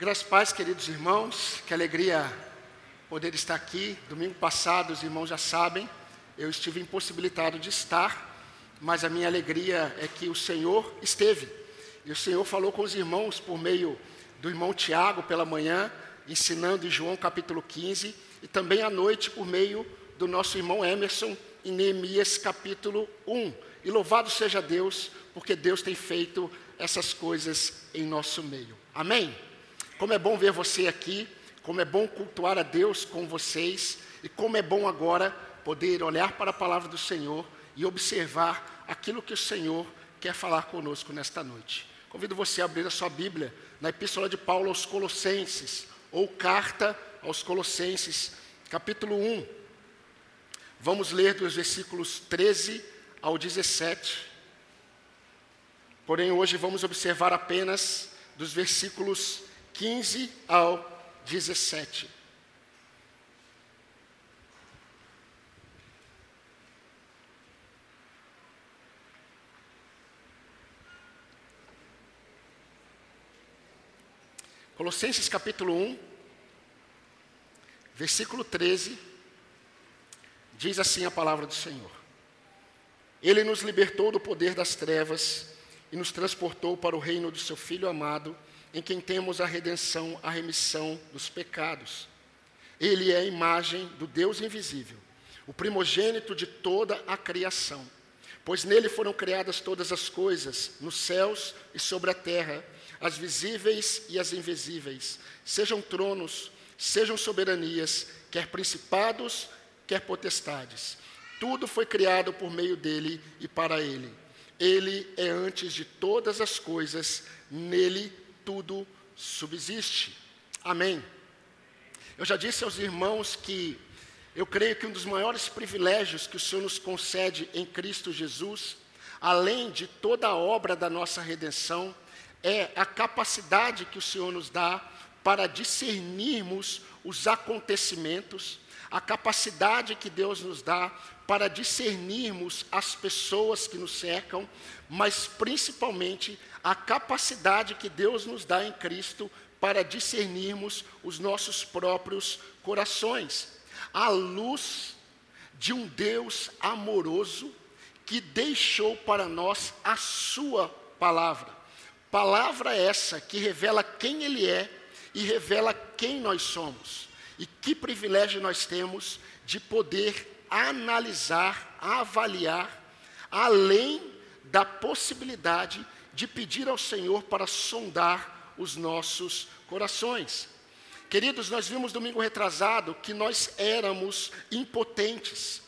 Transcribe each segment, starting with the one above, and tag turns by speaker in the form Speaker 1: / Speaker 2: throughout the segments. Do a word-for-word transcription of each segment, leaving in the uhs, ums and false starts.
Speaker 1: Graças a Deus, queridos irmãos, que alegria poder estar aqui. Domingo passado, os irmãos já sabem, eu estive impossibilitado de estar, mas a minha alegria é que o Senhor esteve. E o Senhor falou com os irmãos por meio do irmão Tiago pela manhã, ensinando em João capítulo quinze, e também à noite por meio do nosso irmão Emerson em Neemias capítulo um. E louvado seja Deus, porque Deus tem feito essas coisas em nosso meio. Amém? Como é bom ver você aqui, como é bom cultuar a Deus com vocês, e como é bom agora poder olhar para a palavra do Senhor e observar aquilo que o Senhor quer falar conosco nesta noite. Convido você a abrir a sua Bíblia na Epístola de Paulo aos Colossenses, ou Carta aos Colossenses, capítulo um. Vamos ler dos versículos treze ao dezessete. Porém, hoje vamos observar apenas dos versículos quinze ao dezessete. Colossenses capítulo um, versículo treze, diz assim a palavra do Senhor: Ele nos libertou do poder das trevas e nos transportou para o reino do seu Filho amado, em quem temos a redenção, a remissão dos pecados. Ele é a imagem do Deus invisível, o primogênito de toda a criação, pois nele foram criadas todas as coisas, nos céus e sobre a terra, as visíveis e as invisíveis, sejam tronos, sejam soberanias, quer principados, quer potestades. Tudo foi criado por meio dele e para ele. Ele é antes de todas as coisas, nele tudo subsiste. Amém. Eu já disse aos irmãos que eu creio que um dos maiores privilégios que o Senhor nos concede em Cristo Jesus, além de toda a obra da nossa redenção, é a capacidade que o Senhor nos dá para discernirmos os acontecimentos, a capacidade que Deus nos dá para discernirmos as pessoas que nos cercam, mas principalmente a capacidade que Deus nos dá em Cristo para discernirmos os nossos próprios corações, à luz de um Deus amoroso que deixou para nós a sua palavra. Palavra essa que revela quem Ele é e revela quem nós somos. E que privilégio nós temos de poder analisar, avaliar, além da possibilidade de pedir ao Senhor para sondar os nossos corações. Queridos, nós vimos domingo retrasado que nós éramos impotentes,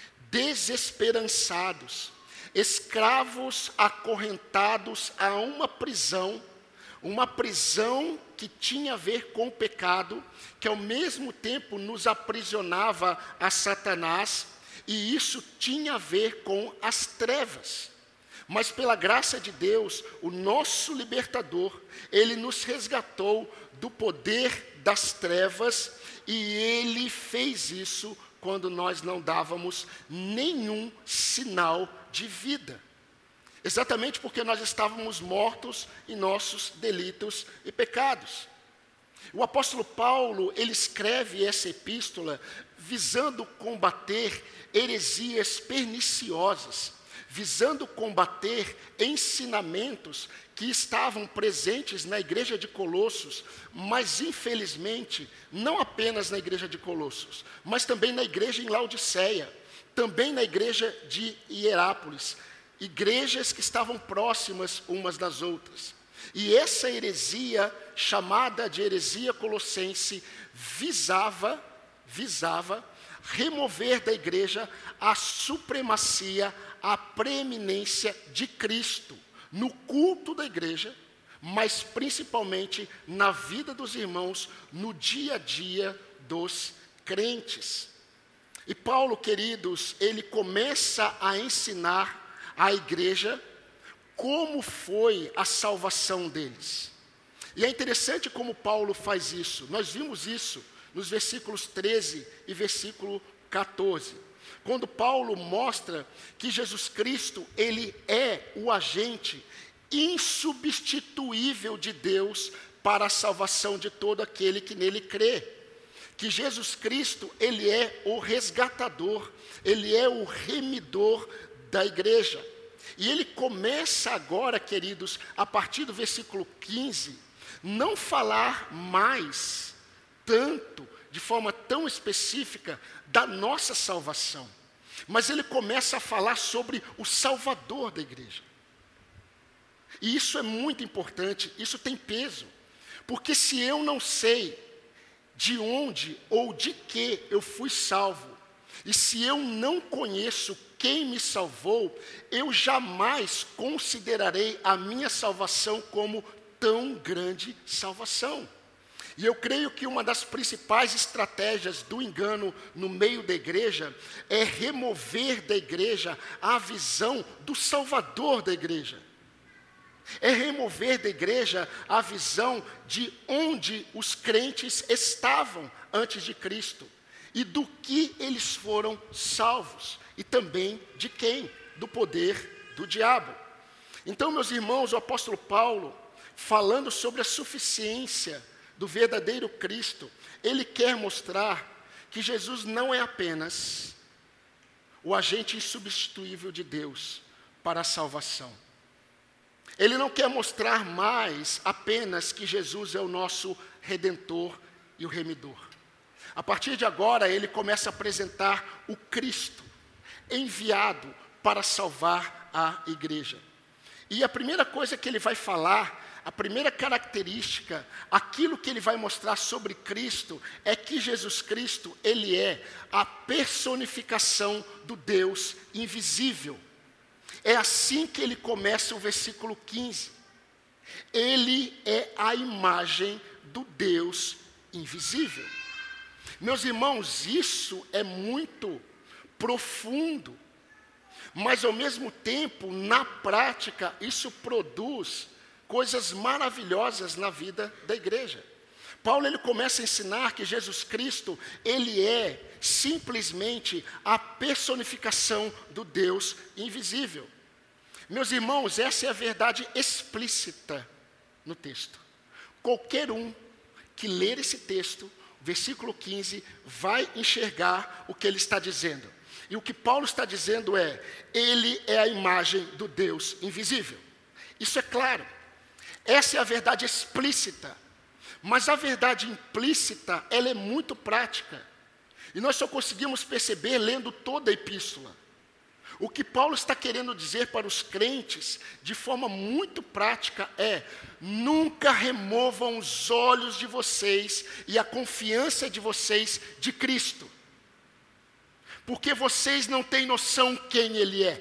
Speaker 1: desesperançados, escravos acorrentados a uma prisão, uma prisão que tinha a ver com o pecado, que ao mesmo tempo nos aprisionava a Satanás, e isso tinha a ver com as trevas. Mas pela graça de Deus, o nosso libertador, Ele nos resgatou do poder das trevas, e Ele fez isso quando nós não dávamos nenhum sinal de vida. Exatamente porque nós estávamos mortos em nossos delitos e pecados. O apóstolo Paulo, ele escreve essa epístola visando combater heresias perniciosas, visando combater ensinamentos que estavam presentes na igreja de Colossos, mas infelizmente, não apenas na igreja de Colossos, mas também na igreja em Laodiceia, também na igreja de Hierápolis, igrejas que estavam próximas umas das outras. E essa heresia, chamada de heresia colossense, visava, visava remover da igreja a supremacia, a preeminência de Cristo no culto da igreja, mas principalmente na vida dos irmãos, no dia a dia dos crentes. E Paulo, queridos, ele começa a ensinar à igreja como foi a salvação deles. E é interessante como Paulo faz isso. Nós vimos isso nos versículos treze e versículo quatorze. Quando Paulo mostra que Jesus Cristo, ele é o agente insubstituível de Deus para a salvação de todo aquele que nele crê. Que Jesus Cristo, ele é o resgatador, ele é o remidor da igreja. E ele começa agora, queridos, a partir do versículo quinze, não falar mais tanto, de forma tão específica, da nossa salvação. Mas ele começa a falar sobre o Salvador da igreja. E isso é muito importante, isso tem peso. Porque se eu não sei de onde ou de que eu fui salvo, e se eu não conheço quem me salvou, eu jamais considerarei a minha salvação como tão grande salvação. E eu creio que uma das principais estratégias do engano no meio da igreja é remover da igreja a visão do Salvador da igreja. É remover da igreja a visão de onde os crentes estavam antes de Cristo e do que eles foram salvos e também de quem? Do poder do diabo. Então, meus irmãos, o apóstolo Paulo, falando sobre a suficiência do verdadeiro Cristo, ele quer mostrar que Jesus não é apenas o agente insubstituível de Deus para a salvação. Ele não quer mostrar mais apenas que Jesus é o nosso Redentor e o Remidor. A partir de agora, ele começa a apresentar o Cristo, enviado para salvar a igreja. E a primeira coisa que ele vai falar, a primeira característica, aquilo que ele vai mostrar sobre Cristo, é que Jesus Cristo, ele é a personificação do Deus invisível. É assim que ele começa o versículo quinze. Ele é a imagem do Deus invisível. Meus irmãos, isso é muito profundo, mas ao mesmo tempo, na prática, isso produz coisas maravilhosas na vida da igreja. Paulo, ele começa a ensinar que Jesus Cristo, ele é simplesmente a personificação do Deus invisível. Meus irmãos, essa é a verdade explícita no texto. Qualquer um que ler esse texto, versículo quinze, vai enxergar o que ele está dizendo. E o que Paulo está dizendo é, ele é a imagem do Deus invisível. Isso é claro. Essa é a verdade explícita. Mas a verdade implícita, ela é muito prática. E nós só conseguimos perceber lendo toda a epístola. O que Paulo está querendo dizer para os crentes, de forma muito prática, é: nunca removam os olhos de vocês e a confiança de vocês de Cristo. Porque vocês não têm noção quem Ele é.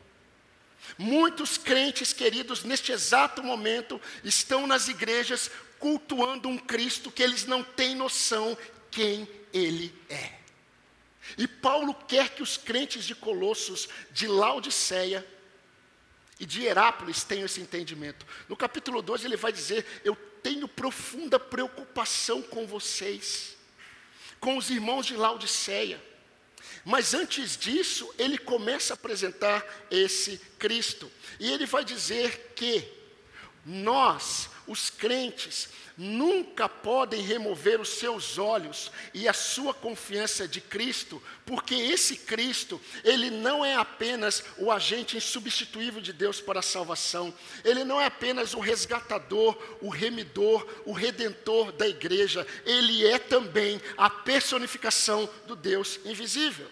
Speaker 1: Muitos crentes queridos, neste exato momento, estão nas igrejas cultuando um Cristo que eles não têm noção quem Ele é. E Paulo quer que os crentes de Colossos, de Laodiceia e de Herápolis tenham esse entendimento. No capítulo doze ele vai dizer: eu tenho profunda preocupação com vocês, com os irmãos de Laodiceia. Mas antes disso, ele começa a apresentar esse Cristo. E ele vai dizer que nós, os crentes, nunca podem remover os seus olhos e a sua confiança de Cristo, porque esse Cristo, ele não é apenas o agente insubstituível de Deus para a salvação, ele não é apenas o resgatador, o remidor, o redentor da igreja, ele é também a personificação do Deus invisível.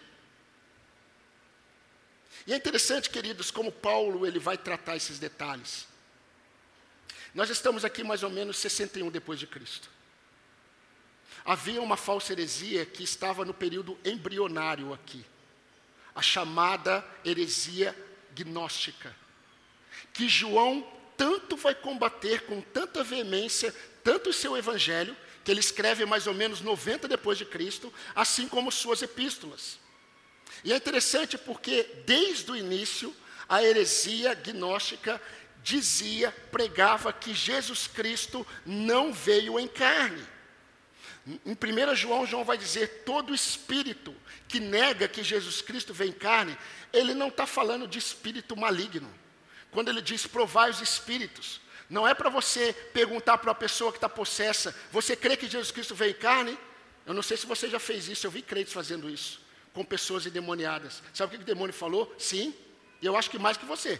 Speaker 1: E é interessante, queridos, como Paulo ele vai tratar esses detalhes. Nós estamos aqui mais ou menos sessenta e um depois de Cristo. Havia uma falsa heresia que estava no período embrionário aqui, a chamada heresia gnóstica, que João tanto vai combater com tanta veemência, tanto o seu evangelho, que ele escreve mais ou menos noventa depois de Cristo, assim como suas epístolas. E é interessante porque desde o início a heresia gnóstica dizia, pregava que Jesus Cristo não veio em carne. Em primeiro João, João vai dizer, todo espírito que nega que Jesus Cristo veio em carne, ele não está falando de espírito maligno. Quando ele diz, provai os espíritos, Não é para você perguntar para a pessoa que está possessa, você crê que Jesus Cristo veio em carne? Eu não sei se você já fez isso, eu vi crentes fazendo isso, com pessoas endemoniadas. Sabe o que o demônio falou? Sim, e eu acho que mais que você.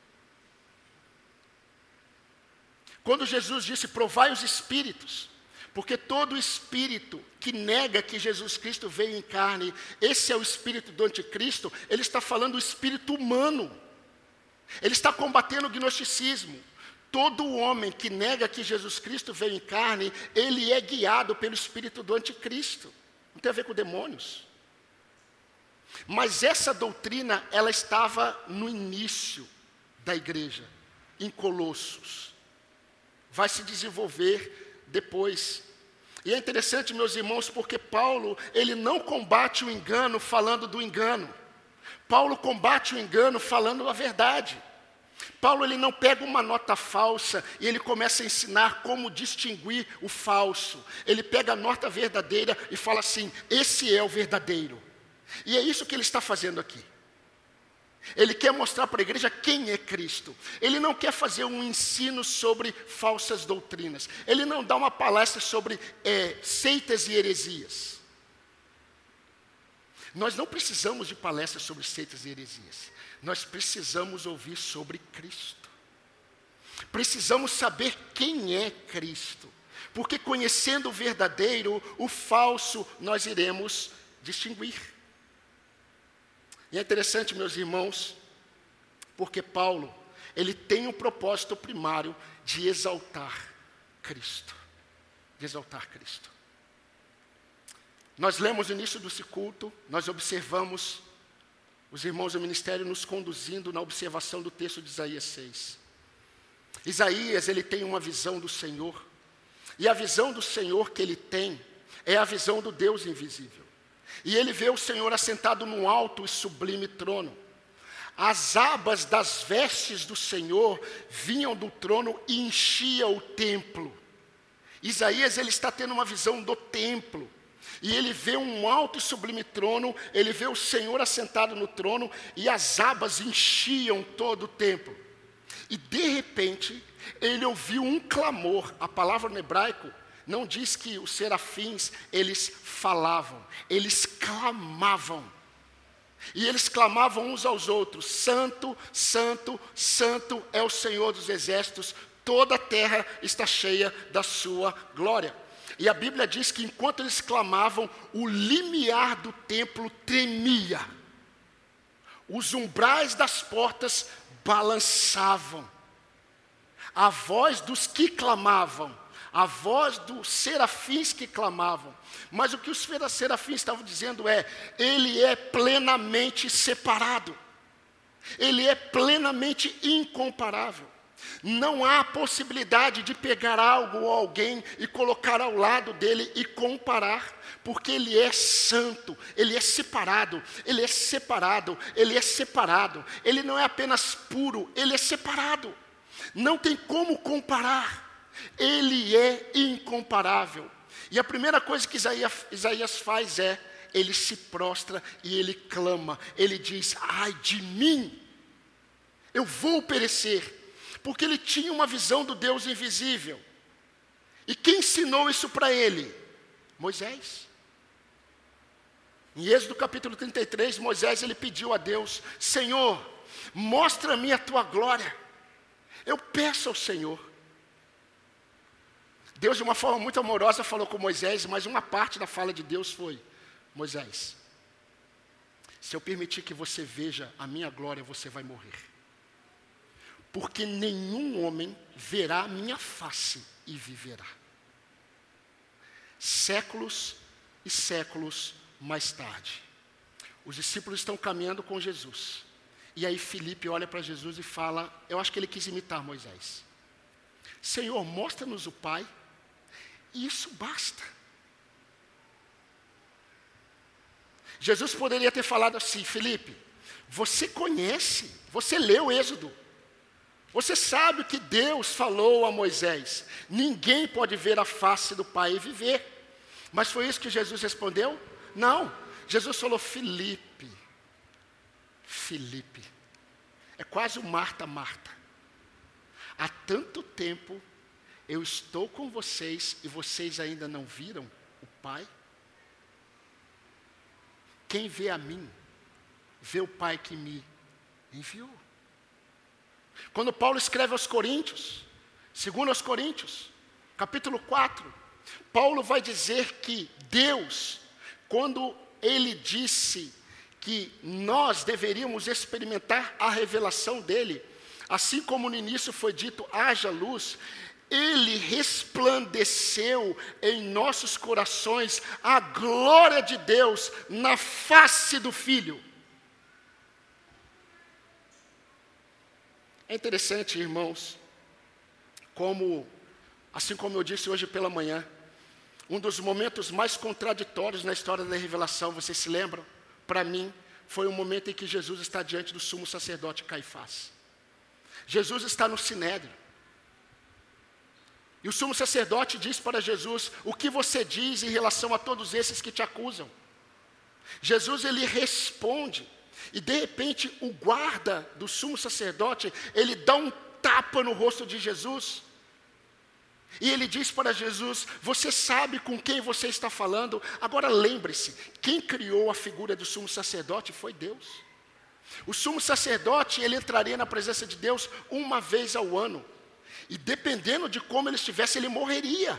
Speaker 1: Quando Jesus disse, provai os espíritos, porque todo espírito que nega que Jesus Cristo veio em carne, esse é o espírito do anticristo, ele está falando do espírito humano. Ele está combatendo o gnosticismo. Todo homem que nega que Jesus Cristo veio em carne, ele é guiado pelo espírito do anticristo. Não tem a ver com demônios. Mas essa doutrina, ela estava no início da igreja, em Colossos. Vai se desenvolver depois. E é interessante, meus irmãos, porque Paulo, ele não combate o engano falando do engano. Paulo combate o engano falando a verdade. Paulo, ele não pega uma nota falsa e ele começa a ensinar como distinguir o falso. Ele pega a nota verdadeira e fala assim, esse é o verdadeiro. E é isso que ele está fazendo aqui. Ele quer mostrar para a igreja quem é Cristo. Ele não quer fazer um ensino sobre falsas doutrinas. Ele não dá uma palestra sobre é, seitas e heresias. Nós não precisamos de palestras sobre seitas e heresias. Nós precisamos ouvir sobre Cristo. Precisamos saber quem é Cristo. Porque conhecendo o verdadeiro, o falso, nós iremos distinguir. E é interessante, meus irmãos, porque Paulo, ele tem um propósito primário de exaltar Cristo. De exaltar Cristo. Nós lemos no início desse culto, nós observamos os irmãos do ministério nos conduzindo na observação do texto de Isaías seis. Isaías, ele tem uma visão do Senhor. E a visão do Senhor que ele tem é a visão do Deus invisível. E ele vê o Senhor assentado num alto e sublime trono. As abas das vestes do Senhor vinham do trono e enchiam o templo. Isaías, ele está tendo uma visão do templo. E ele vê um alto e sublime trono, ele vê o Senhor assentado no trono, e as abas enchiam todo o templo. E de repente, ele ouviu um clamor. A palavra no hebraico não diz que os serafins, eles falavam, eles clamavam. E eles clamavam uns aos outros, santo, santo, santo é o Senhor dos exércitos, toda a terra está cheia da sua glória. E a Bíblia diz que enquanto eles clamavam, o limiar do templo tremia. Os umbrais das portas balançavam. A voz dos que clamavam, a voz dos serafins que clamavam. Mas o que os serafins estavam dizendo é, ele é plenamente separado. Ele é plenamente incomparável. Não há possibilidade de pegar algo ou alguém e colocar ao lado dele e comparar, porque ele é santo, ele é separado, ele é separado, ele é separado. Ele não é apenas puro, ele é separado. Não tem como comparar. Ele é incomparável. E a primeira coisa que Isaías, Isaías faz é, ele se prostra e ele clama. Ele diz, ai de mim, eu vou perecer. Porque ele tinha uma visão do Deus invisível. E quem ensinou isso para ele? Moisés. Em Êxodo capítulo trinta e três, Moisés ele pediu a Deus, Senhor, mostra-me a tua glória. Eu peço ao Senhor. Deus de uma forma muito amorosa falou com Moisés, mas uma parte da fala de Deus foi, Moisés, se eu permitir que você veja a minha glória, você vai morrer. Porque nenhum homem verá a minha face e viverá. Séculos e séculos mais tarde, os discípulos estão caminhando com Jesus. E aí Filipe olha para Jesus e fala, eu acho que ele quis imitar Moisés. Senhor, mostra-nos o Pai, e isso basta. Jesus poderia ter falado assim, Filipe, você conhece, você leu Êxodo. Você sabe o que Deus falou a Moisés. Ninguém pode ver a face do Pai e viver. Mas foi isso que Jesus respondeu? Não. Jesus falou, Filipe. Filipe. É quase o Marta, Marta. há tanto tempo eu estou com vocês e vocês ainda não viram o Pai? Quem vê a mim, vê o Pai que me enviou. Quando Paulo escreve aos Coríntios, segundo aos Coríntios, capítulo quatro, Paulo vai dizer que Deus, quando ele disse que nós deveríamos experimentar a revelação dele, assim como no início foi dito, haja luz, ele resplandeceu em nossos corações a glória de Deus na face do Filho. É interessante, irmãos, como, assim como eu disse hoje pela manhã, um dos momentos mais contraditórios na história da revelação, vocês se lembram? Para mim, foi o momento em que Jesus está diante do sumo sacerdote Caifás. Jesus está no Sinédrio. E o sumo sacerdote diz para Jesus, o que você diz em relação a todos esses que te acusam? Jesus, ele responde, e de repente o guarda do sumo sacerdote, ele dá um tapa no rosto de Jesus, e ele diz para Jesus, você sabe com quem você está falando? Agora lembre-se, quem criou a figura do sumo sacerdote foi Deus. O sumo sacerdote, ele entraria na presença de Deus uma vez ao ano, e dependendo de como ele estivesse, ele morreria.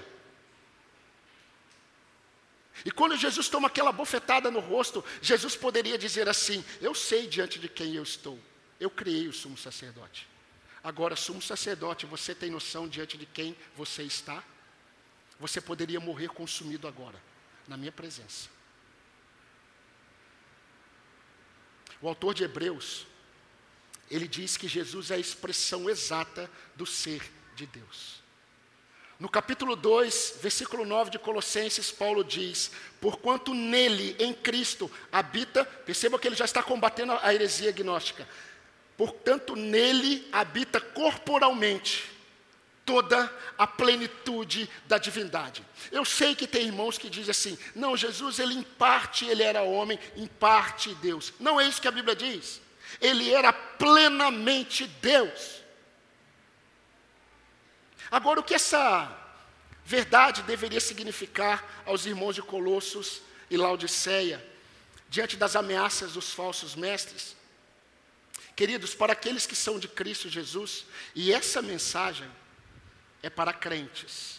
Speaker 1: E quando Jesus toma aquela bofetada no rosto, Jesus poderia dizer assim, eu sei diante de quem eu estou, eu criei o sumo sacerdote. Agora, sumo sacerdote, você tem noção diante de quem você está? Você poderia morrer consumido agora, na minha presença. O autor de Hebreus, ele diz que Jesus é a expressão exata do ser de Deus. No capítulo dois, versículo nove de Colossenses, Paulo diz, porquanto nele, em Cristo, habita, perceba que ele já está combatendo a heresia gnóstica, portanto nele habita corporalmente toda a plenitude da divindade. Eu sei que tem irmãos que dizem assim, não, Jesus, ele em parte ele era homem, em parte Deus. Não é isso que a Bíblia diz. Ele era plenamente Deus. Agora, o que essa verdade deveria significar aos irmãos de Colossos e Laodiceia, diante das ameaças dos falsos mestres? Queridos, para aqueles que são de Cristo Jesus, e essa mensagem é para crentes.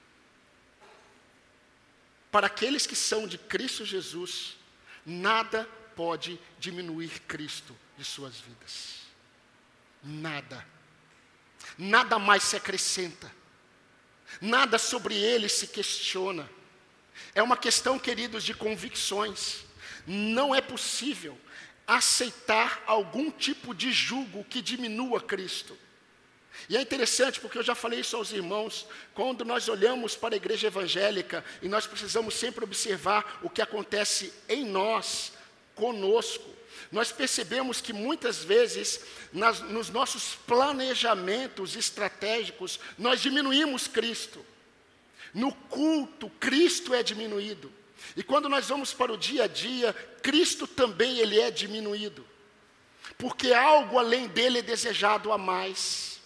Speaker 1: Para aqueles que são de Cristo Jesus, nada pode diminuir Cristo de suas vidas. Nada. Nada mais se acrescenta. Nada sobre ele se questiona. É uma questão, queridos, de convicções. Não é possível aceitar algum tipo de jugo que diminua Cristo. E é interessante, porque eu já falei isso aos irmãos, quando nós olhamos para a igreja evangélica, e nós precisamos sempre observar o que acontece em nós, conosco, nós percebemos que muitas vezes, nas, nos nossos planejamentos estratégicos, nós diminuímos Cristo. No culto, Cristo é diminuído. E quando nós vamos para o dia a dia, Cristo também ele é diminuído. Porque algo além dele é desejado a mais.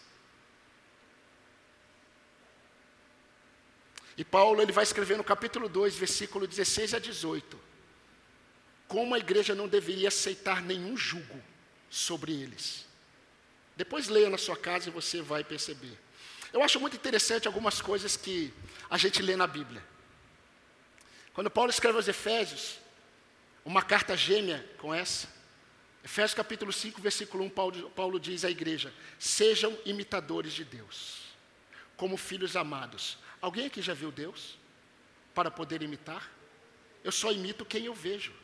Speaker 1: E Paulo ele vai escrever no capítulo dois, versículo dezesseis a dezoito. Como a igreja não deveria aceitar nenhum jugo sobre eles. Depois leia na sua casa e você vai perceber. Eu acho muito interessante algumas coisas que a gente lê na Bíblia. Quando Paulo escreve aos Efésios, uma carta gêmea com essa, Efésios capítulo cinco, versículo um, Paulo, Paulo diz à igreja, sejam imitadores de Deus, como filhos amados. Alguém aqui já viu Deus para poder imitar? Eu só imito quem eu vejo.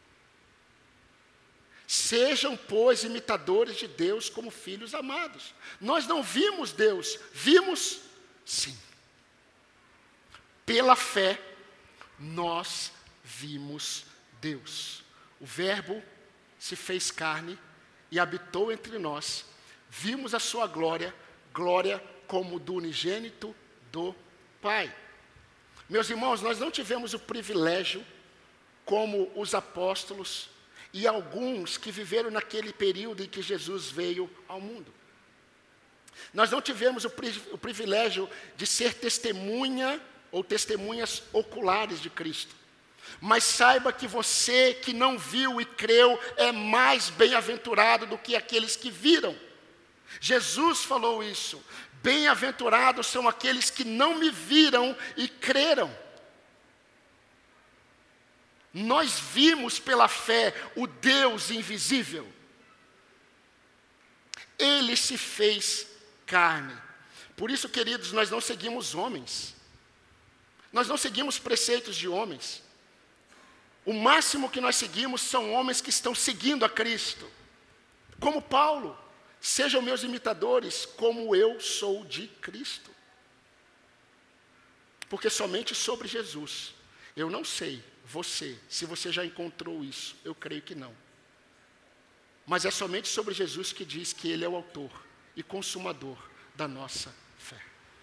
Speaker 1: Sejam, pois, imitadores de Deus como filhos amados. Nós não vimos Deus, vimos sim. Pela fé, nós vimos Deus. O Verbo se fez carne e habitou entre nós. Vimos a sua glória, glória como do unigênito do Pai. Meus irmãos, nós não tivemos o privilégio, como os apóstolos e alguns que viveram naquele período em que Jesus veio ao mundo. Nós não tivemos o, pri- o privilégio de ser testemunha ou testemunhas oculares de Cristo. Mas saiba que você que não viu e creu é mais bem-aventurado do que aqueles que viram. Jesus falou isso. Bem-aventurados são aqueles que não me viram e creram. Nós vimos pela fé o Deus invisível. Ele se fez carne. Por isso, queridos, nós não seguimos homens. Nós não seguimos preceitos de homens. O máximo que nós seguimos são homens que estão seguindo a Cristo. Como Paulo, sejam meus imitadores, como eu sou de Cristo. Porque somente sobre Jesus, eu não sei, você, se você já encontrou isso, eu creio que não. Mas é somente sobre Jesus que diz que Ele é o autor e consumador da nossa fé.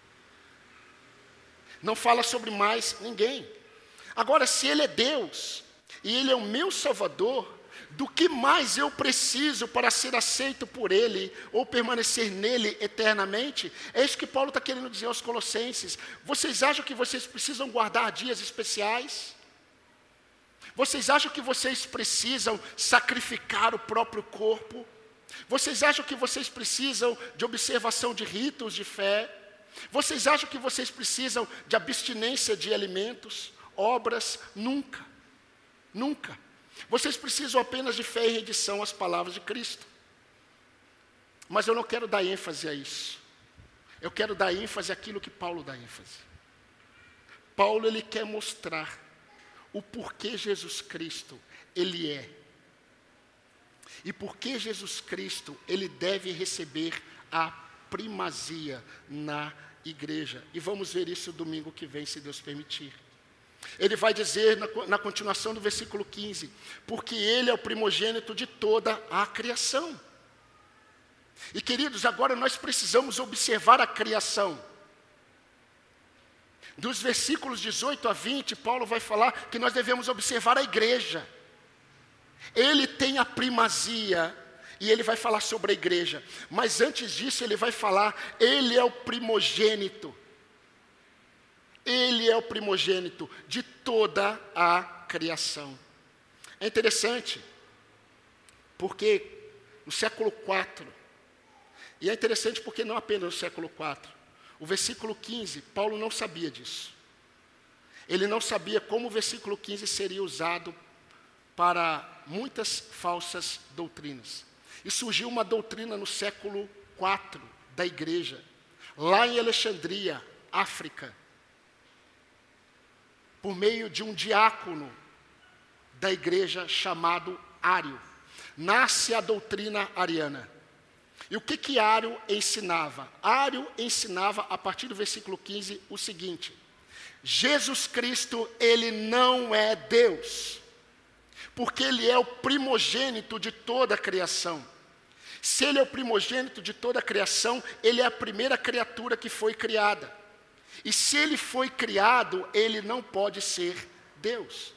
Speaker 1: Não fala sobre mais ninguém. Agora, se Ele é Deus, e Ele é o meu Salvador, do que mais eu preciso para ser aceito por Ele, ou permanecer nele eternamente? É isso que Paulo está querendo dizer aos Colossenses. Vocês acham que vocês precisam guardar dias especiais? Vocês acham que vocês precisam sacrificar o próprio corpo? Vocês acham que vocês precisam de observação de ritos de fé? Vocês acham que vocês precisam de abstinência de alimentos, obras? Nunca, nunca. Vocês precisam apenas de fé e rendição às palavras de Cristo. Mas eu não quero dar ênfase a isso. Eu quero dar ênfase àquilo que Paulo dá ênfase. Paulo, ele quer mostrar o porquê Jesus Cristo, ele é. E porquê Jesus Cristo, ele deve receber a primazia na igreja. E vamos ver isso domingo que vem, se Deus permitir. Ele vai dizer na, na continuação do versículo quinze, porque Ele é o primogênito de toda a criação. E queridos, agora nós precisamos observar a criação. Dos versículos dezoito a vinte, Paulo vai falar que nós devemos observar a igreja. Ele tem a primazia, e ele vai falar sobre a igreja. Mas antes disso, ele vai falar, Ele é o primogênito. Ele é o primogênito de toda a criação. É interessante, porque no século quatro, e é interessante porque não apenas no século quatro, o versículo quinze, Paulo não sabia disso. Ele não sabia como o versículo quinze seria usado para muitas falsas doutrinas. E surgiu uma doutrina no século quatro da igreja, lá em Alexandria, África, por meio de um diácono da igreja chamado Ário. Nasce a doutrina ariana. E o que que Ário ensinava? Ário ensinava, a partir do versículo quinze, o seguinte: Jesus Cristo, Ele não é Deus, porque Ele é o primogênito de toda a criação. Se Ele é o primogênito de toda a criação, Ele é a primeira criatura que foi criada. E se Ele foi criado, Ele não pode ser Deus.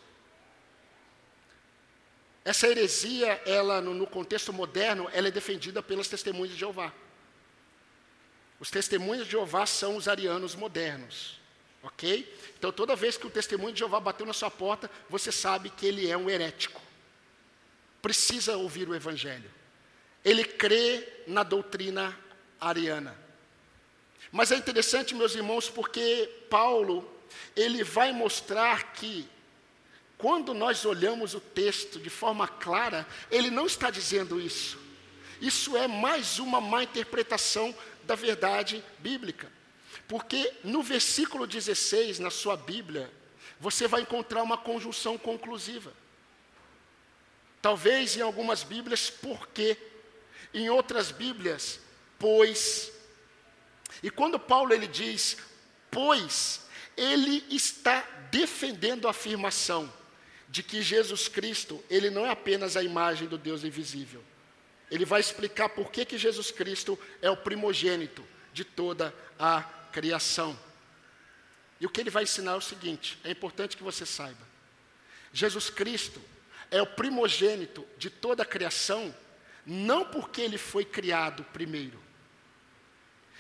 Speaker 1: Essa heresia, ela, no, no contexto moderno, ela é defendida pelas testemunhas de Jeová. Os testemunhos de Jeová são os arianos modernos. Ok? Então, toda vez que o testemunho de Jeová bateu na sua porta, você sabe que ele é um herético. Precisa ouvir o Evangelho. Ele crê na doutrina ariana. Mas é interessante, meus irmãos, porque Paulo, ele vai mostrar que, quando nós olhamos o texto de forma clara, ele não está dizendo isso. Isso é mais uma má interpretação da verdade bíblica. Porque no versículo dezesseis, na sua Bíblia, você vai encontrar uma conjunção conclusiva. Talvez em algumas Bíblias, porque. Em outras Bíblias, pois. E quando Paulo ele diz, pois, ele está defendendo a afirmação de que Jesus Cristo, ele não é apenas a imagem do Deus invisível. Ele vai explicar por que que Jesus Cristo é o primogênito de toda a criação. E o que ele vai ensinar é o seguinte, é importante que você saiba. Jesus Cristo é o primogênito de toda a criação, não porque ele foi criado primeiro.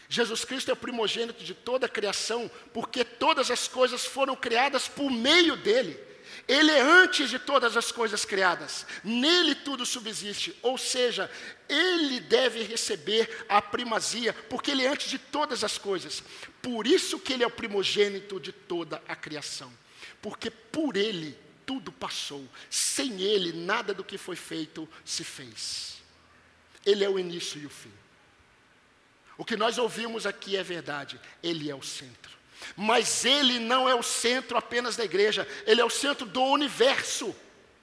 Speaker 1: Jesus Cristo é o primogênito de toda a criação, porque todas as coisas foram criadas por meio dele. Ele é antes de todas as coisas criadas. Nele tudo subsiste. Ou seja, ele deve receber a primazia, porque ele é antes de todas as coisas. Por isso que ele é o primogênito de toda a criação. Porque por ele tudo passou. Sem ele nada do que foi feito se fez. Ele é o início e o fim. O que nós ouvimos aqui é verdade. Ele é o centro. Mas ele não é o centro apenas da igreja. Ele é o centro do universo.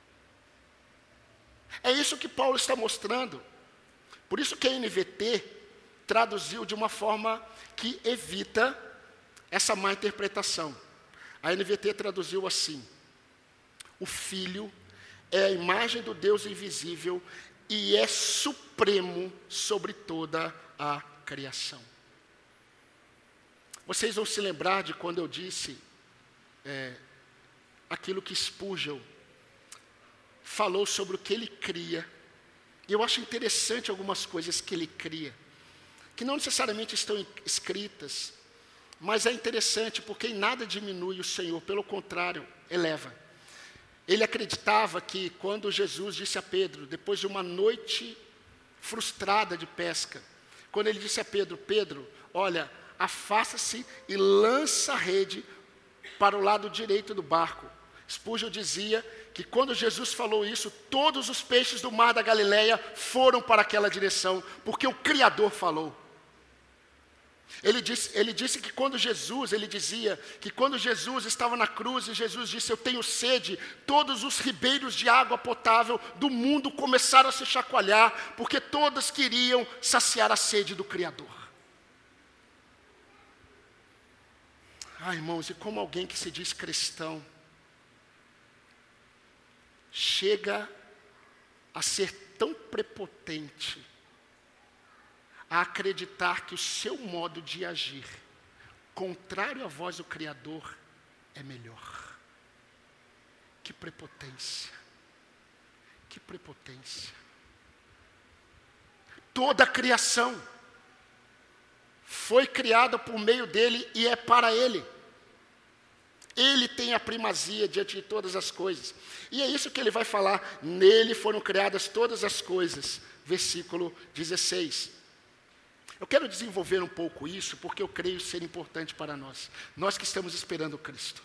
Speaker 1: É isso que Paulo está mostrando. Por isso que a N V T traduziu de uma forma que evita essa má interpretação. A N V T traduziu assim: o Filho é a imagem do Deus invisível e é supremo sobre toda a criação. Vocês vão se lembrar de quando eu disse é, aquilo que Spurgeon falou sobre o que ele cria. E eu acho interessante algumas coisas que ele cria, que não necessariamente estão escritas, mas é interessante porque em nada diminui o Senhor, pelo contrário, eleva. Ele acreditava que quando Jesus disse a Pedro, depois de uma noite frustrada de pesca, quando ele disse a Pedro, Pedro, olha, afasta-se e lança a rede para o lado direito do barco. Spurgeon dizia que quando Jesus falou isso, todos os peixes do mar da Galileia foram para aquela direção, porque o Criador falou. Ele disse, ele disse que quando Jesus, ele dizia que quando Jesus estava na cruz e Jesus disse, eu tenho sede, todos os ribeiros de água potável do mundo começaram a se chacoalhar, porque todos queriam saciar a sede do Criador. Ah, irmãos, e como alguém que se diz cristão, chega a ser tão prepotente, a acreditar que o seu modo de agir, contrário à voz do Criador, é melhor. Que prepotência, que prepotência. Toda a criação foi criada por meio dele e é para ele. Ele tem a primazia diante de todas as coisas. E é isso que ele vai falar. Nele foram criadas todas as coisas. Versículo dezesseis. Eu quero desenvolver um pouco isso, porque eu creio ser importante para nós. Nós que estamos esperando Cristo.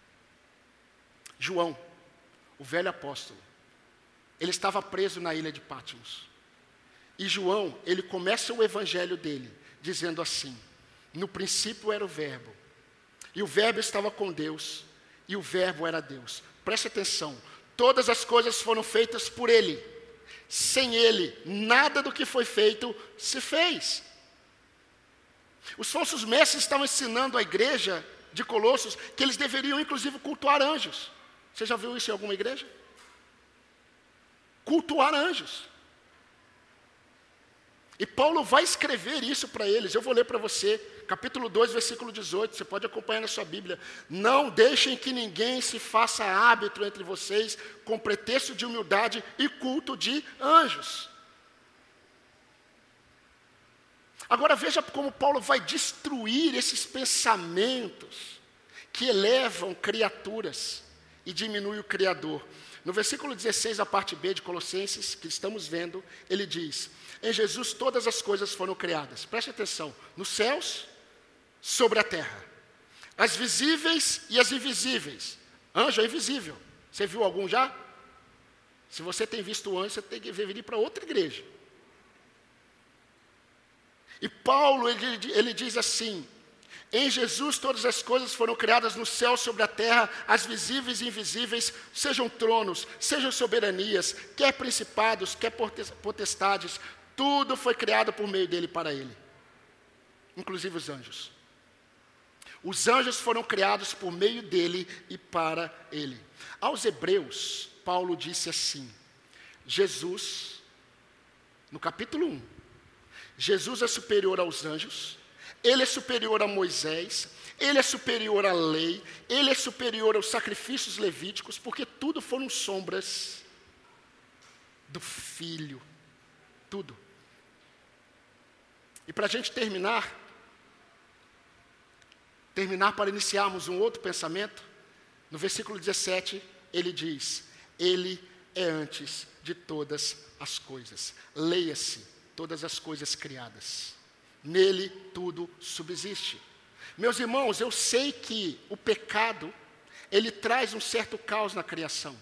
Speaker 1: João, o velho apóstolo, ele estava preso na ilha de Patmos. E João, ele começa o evangelho dele, dizendo assim, no princípio era o verbo, e o verbo estava com Deus, e o verbo era Deus. Preste atenção, todas as coisas foram feitas por ele. Sem ele, nada do que foi feito se fez. Os falsos mestres estavam ensinando à igreja de Colossos que eles deveriam inclusive cultuar anjos. Você já viu isso em alguma igreja? Cultuar anjos. E Paulo vai escrever isso para eles. Eu vou ler para você, capítulo dois, versículo dezoito. Você pode acompanhar na sua Bíblia. Não deixem que ninguém se faça árbitro entre vocês com pretexto de humildade e culto de anjos. Agora veja como Paulo vai destruir esses pensamentos que elevam criaturas e diminuem o Criador. No versículo dezesseis, a parte B de Colossenses, que estamos vendo, ele diz, em Jesus todas as coisas foram criadas. Preste atenção, nos céus, sobre a terra. As visíveis e as invisíveis. Anjo é invisível. Você viu algum já? Se você tem visto anjo, você tem que vir para outra igreja. E Paulo, ele, ele diz assim, em Jesus todas as coisas foram criadas no céu, sobre a terra, as visíveis e invisíveis, sejam tronos, sejam soberanias, quer principados, quer potestades, tudo foi criado por meio dele e para ele, inclusive os anjos. Os anjos foram criados por meio dele e para ele. Aos Hebreus, Paulo disse assim, Jesus, no capítulo um, Jesus é superior aos anjos, ele é superior a Moisés, ele é superior à lei, ele é superior aos sacrifícios levíticos, porque tudo foram sombras do Filho, tudo. E para a gente terminar, terminar para iniciarmos um outro pensamento, no versículo dezessete, ele diz: Ele é antes de todas as coisas. Leia-se, todas as coisas criadas. Nele tudo subsiste. Meus irmãos, eu sei que o pecado, ele traz um certo caos na criação.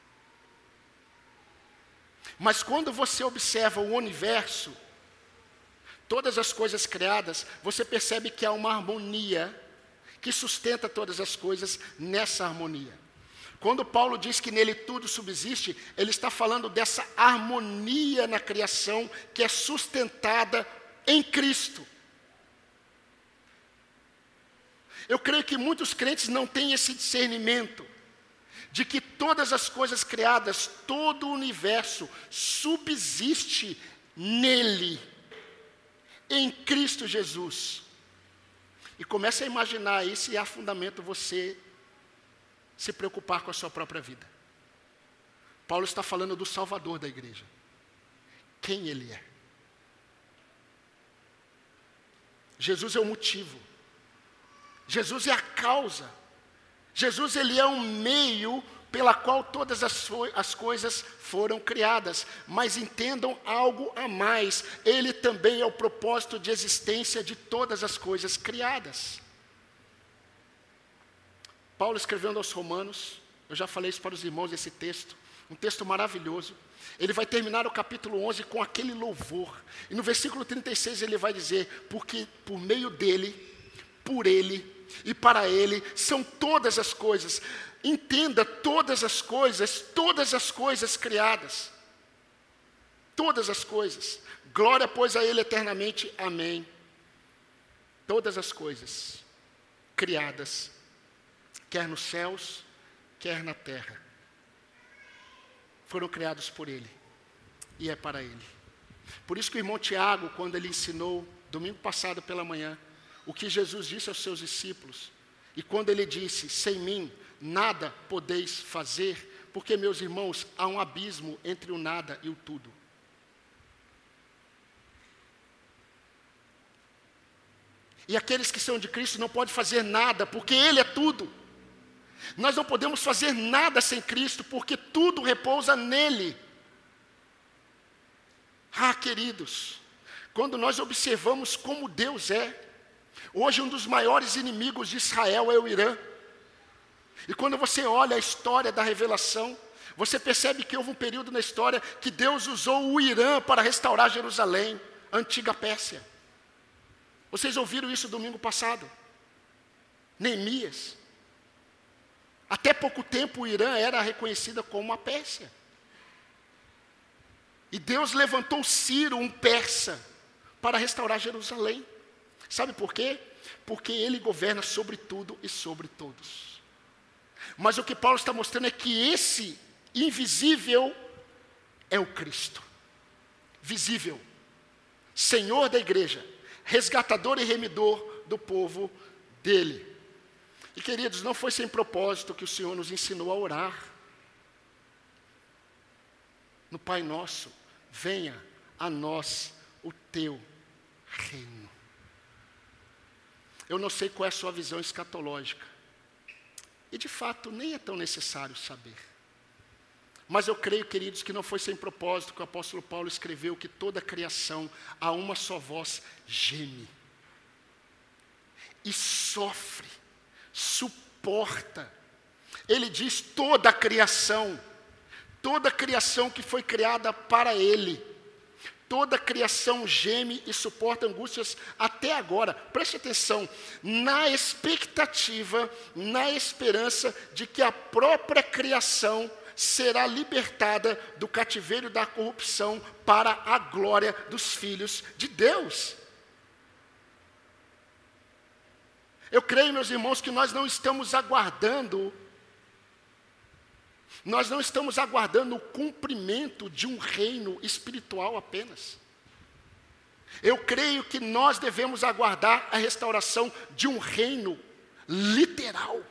Speaker 1: Mas quando você observa o universo, todas as coisas criadas, você percebe que há uma harmonia que sustenta todas as coisas nessa harmonia. Quando Paulo diz que nele tudo subsiste, ele está falando dessa harmonia na criação que é sustentada em Cristo. Eu creio que muitos crentes não têm esse discernimento de que todas as coisas criadas, todo o universo subsiste nele, em Cristo Jesus. E comece a imaginar aí se há fundamento você se preocupar com a sua própria vida. Paulo está falando do Salvador da igreja. Quem ele é? Jesus é o motivo. Jesus é a causa. Jesus, ele é um meio pela qual todas as, as coisas foram criadas. Mas entendam algo a mais. Ele também é o propósito de existência de todas as coisas criadas. Paulo escrevendo aos Romanos, eu já falei isso para os irmãos, esse texto, um texto maravilhoso. Ele vai terminar o capítulo onze com aquele louvor. E no versículo trinta e seis ele vai dizer: porque por meio dele, por ele e para ele são todas as coisas. Entenda, todas as coisas, todas as coisas criadas. Todas as coisas. Glória, pois, a ele eternamente. Amém. Todas as coisas criadas, quer nos céus, quer na terra, foram criados por ele, e é para ele. Por isso que o irmão Tiago, quando ele ensinou, domingo passado pela manhã, o que Jesus disse aos seus discípulos, e quando ele disse: sem mim nada podeis fazer, porque, meus irmãos, há um abismo entre o nada e o tudo. E aqueles que são de Cristo não podem fazer nada, porque ele é tudo. Nós não podemos fazer nada sem Cristo, porque tudo repousa nele. Ah, queridos, quando nós observamos como Deus é, hoje um dos maiores inimigos de Israel é o Irã. E quando você olha a história da revelação, você percebe que houve um período na história que Deus usou o Irã para restaurar Jerusalém, a antiga Pérsia. Vocês ouviram isso domingo passado? Neemias. Até pouco tempo o Irã era reconhecida como a Pérsia. E Deus levantou Ciro, um persa, para restaurar Jerusalém. Sabe por quê? Porque ele governa sobre tudo e sobre todos. Mas o que Paulo está mostrando é que esse invisível é o Cristo. Visível. Senhor da igreja. Resgatador e remidor do povo dele. E, queridos, não foi sem propósito que o Senhor nos ensinou a orar. No Pai Nosso, venha a nós o teu reino. Eu não sei qual é a sua visão escatológica. E, de fato, nem é tão necessário saber. Mas eu creio, queridos, que não foi sem propósito que o apóstolo Paulo escreveu que toda a criação, a uma só voz, geme. E sofre. Suporta. Ele diz toda a criação, toda a criação que foi criada para ele, toda a criação geme e suporta angústias até agora. Preste atenção, na expectativa, na esperança de que a própria criação será libertada do cativeiro da corrupção para a glória dos filhos de Deus. Eu creio, meus irmãos, que nós não estamos aguardando, nós não estamos aguardando o cumprimento de um reino espiritual apenas. Eu creio que nós devemos aguardar a restauração de um reino literal.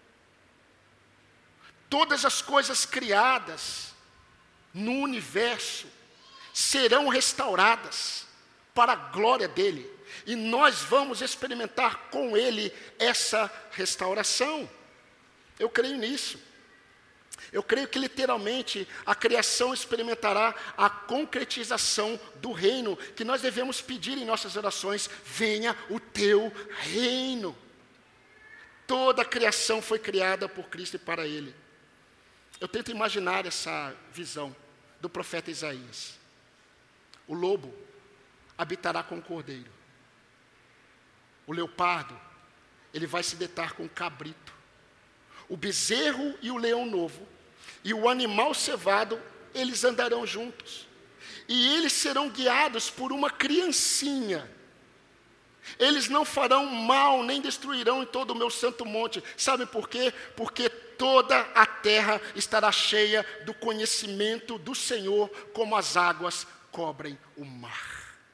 Speaker 1: Todas as coisas criadas no universo serão restauradas para a glória dele. E nós vamos experimentar com ele essa restauração. Eu creio nisso. Eu creio que literalmente a criação experimentará a concretização do reino, que nós devemos pedir em nossas orações: venha o teu reino. Toda a criação foi criada por Cristo e para ele. Eu tento imaginar essa visão do profeta Isaías. O lobo habitará com o cordeiro. O leopardo, ele vai se deitar com o cabrito. O bezerro e o leão novo, e o animal cevado, eles andarão juntos. E eles serão guiados por uma criancinha. Eles não farão mal, nem destruirão em todo o meu santo monte. Sabe por quê? Porque toda a terra estará cheia do conhecimento do Senhor, como as águas cobrem o mar.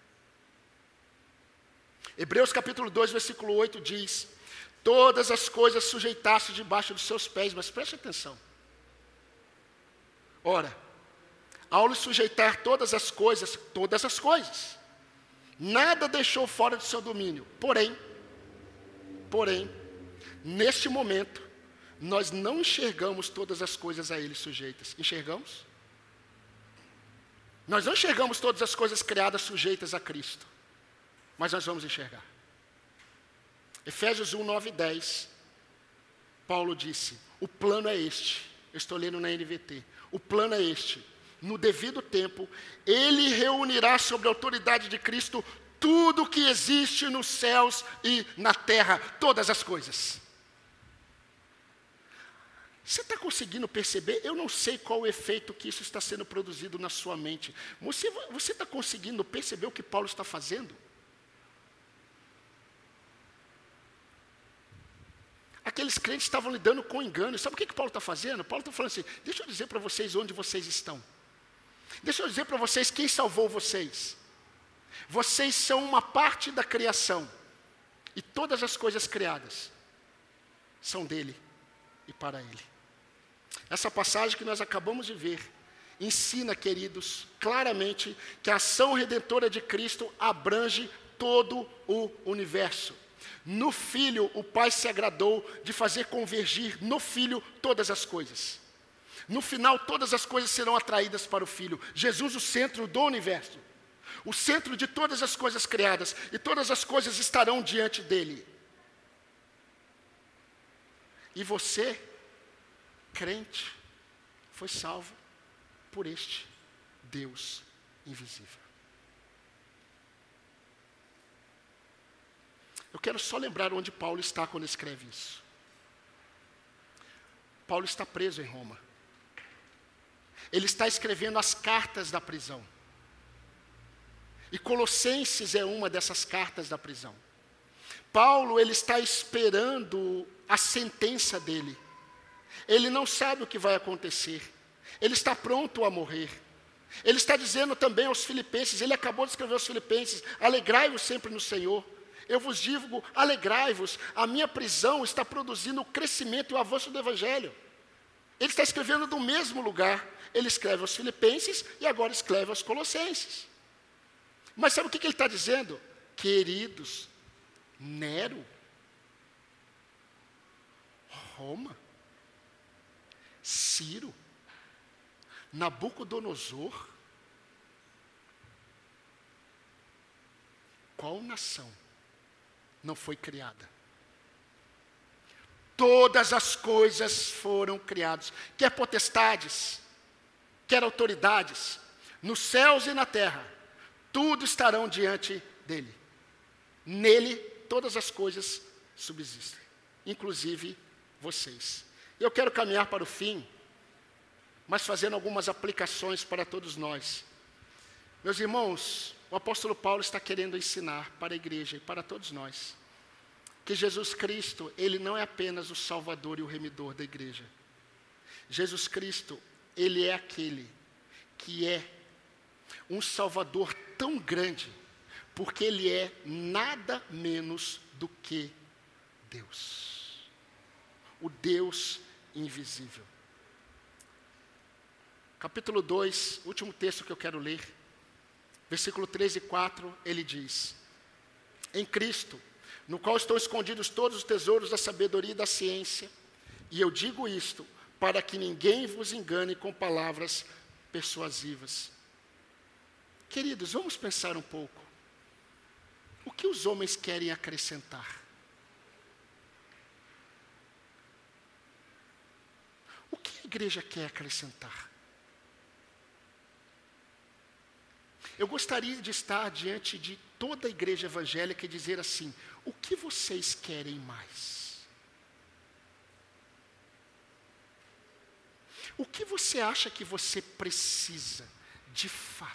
Speaker 1: Hebreus capítulo dois, versículo oito diz: todas as coisas sujeitaste debaixo dos seus pés. Mas preste atenção. Ora, ao lhe sujeitar todas as coisas, todas as coisas, nada deixou fora do seu domínio. Porém, porém, neste momento, nós não enxergamos todas as coisas a ele sujeitas. Enxergamos? Nós não enxergamos todas as coisas criadas sujeitas a Cristo. Mas nós vamos enxergar. Efésios um, nove e dez. Paulo disse: o plano é este. Eu estou lendo na N V T. O plano é este: no devido tempo, ele reunirá sob a autoridade de Cristo tudo que existe nos céus e na terra, todas as coisas. Você está conseguindo perceber? Eu não sei qual o efeito que isso está sendo produzido na sua mente. Você, você está conseguindo perceber o que Paulo está fazendo? Aqueles crentes estavam lidando com engano. Sabe o que, que Paulo está fazendo? Paulo está falando assim: deixa eu dizer para vocês onde vocês estão. Deixa eu dizer para vocês quem salvou vocês. Vocês são uma parte da criação. E todas as coisas criadas são dele e para ele. Essa passagem que nós acabamos de ver ensina, queridos, claramente que a ação redentora de Cristo abrange todo o universo. No Filho, o Pai se agradou de fazer convergir no Filho todas as coisas. No final, todas as coisas serão atraídas para o Filho. Jesus, o centro do universo. O centro de todas as coisas criadas. E todas as coisas estarão diante dele. E você, crente, foi salvo por este Deus invisível. Eu quero só lembrar onde Paulo está quando escreve isso. Paulo está preso em Roma. Ele está escrevendo as cartas da prisão. E Colossenses é uma dessas cartas da prisão. Paulo, ele está esperando a sentença dele. Ele não sabe o que vai acontecer. Ele está pronto a morrer. Ele está dizendo também aos filipenses, ele acabou de escrever aos filipenses: alegrai-vos sempre no Senhor. Eu vos digo, alegrai-vos, a minha prisão está produzindo o crescimento e o avanço do Evangelho. Ele está escrevendo do mesmo lugar. Ele escreve aos filipenses e agora escreve aos colossenses. Mas sabe o que ele está dizendo? Queridos, Nero, Roma, Ciro, Nabucodonosor, qual nação não foi criada? Todas as coisas foram criadas, quer potestades, quer autoridades, nos céus e na terra, tudo estarão diante dele. Nele, todas as coisas subsistem, inclusive vocês. Eu quero caminhar para o fim, mas fazendo algumas aplicações para todos nós. Meus irmãos, o apóstolo Paulo está querendo ensinar para a igreja e para todos nós que Jesus Cristo, ele não é apenas o Salvador e o Remidor da igreja. Jesus Cristo, ele é aquele que é um Salvador tão grande, porque ele é nada menos do que Deus. O Deus invisível. Capítulo dois, último texto que eu quero ler. versículo três e quatro, ele diz: em Cristo, no qual estão escondidos todos os tesouros da sabedoria e da ciência, e eu digo isto para que ninguém vos engane com palavras persuasivas. Queridos, vamos pensar um pouco. O que os homens querem acrescentar? O que a igreja quer acrescentar? Eu gostaria de estar diante de toda a igreja evangélica e dizer assim: o que vocês querem mais? O que você acha que você precisa, de fato?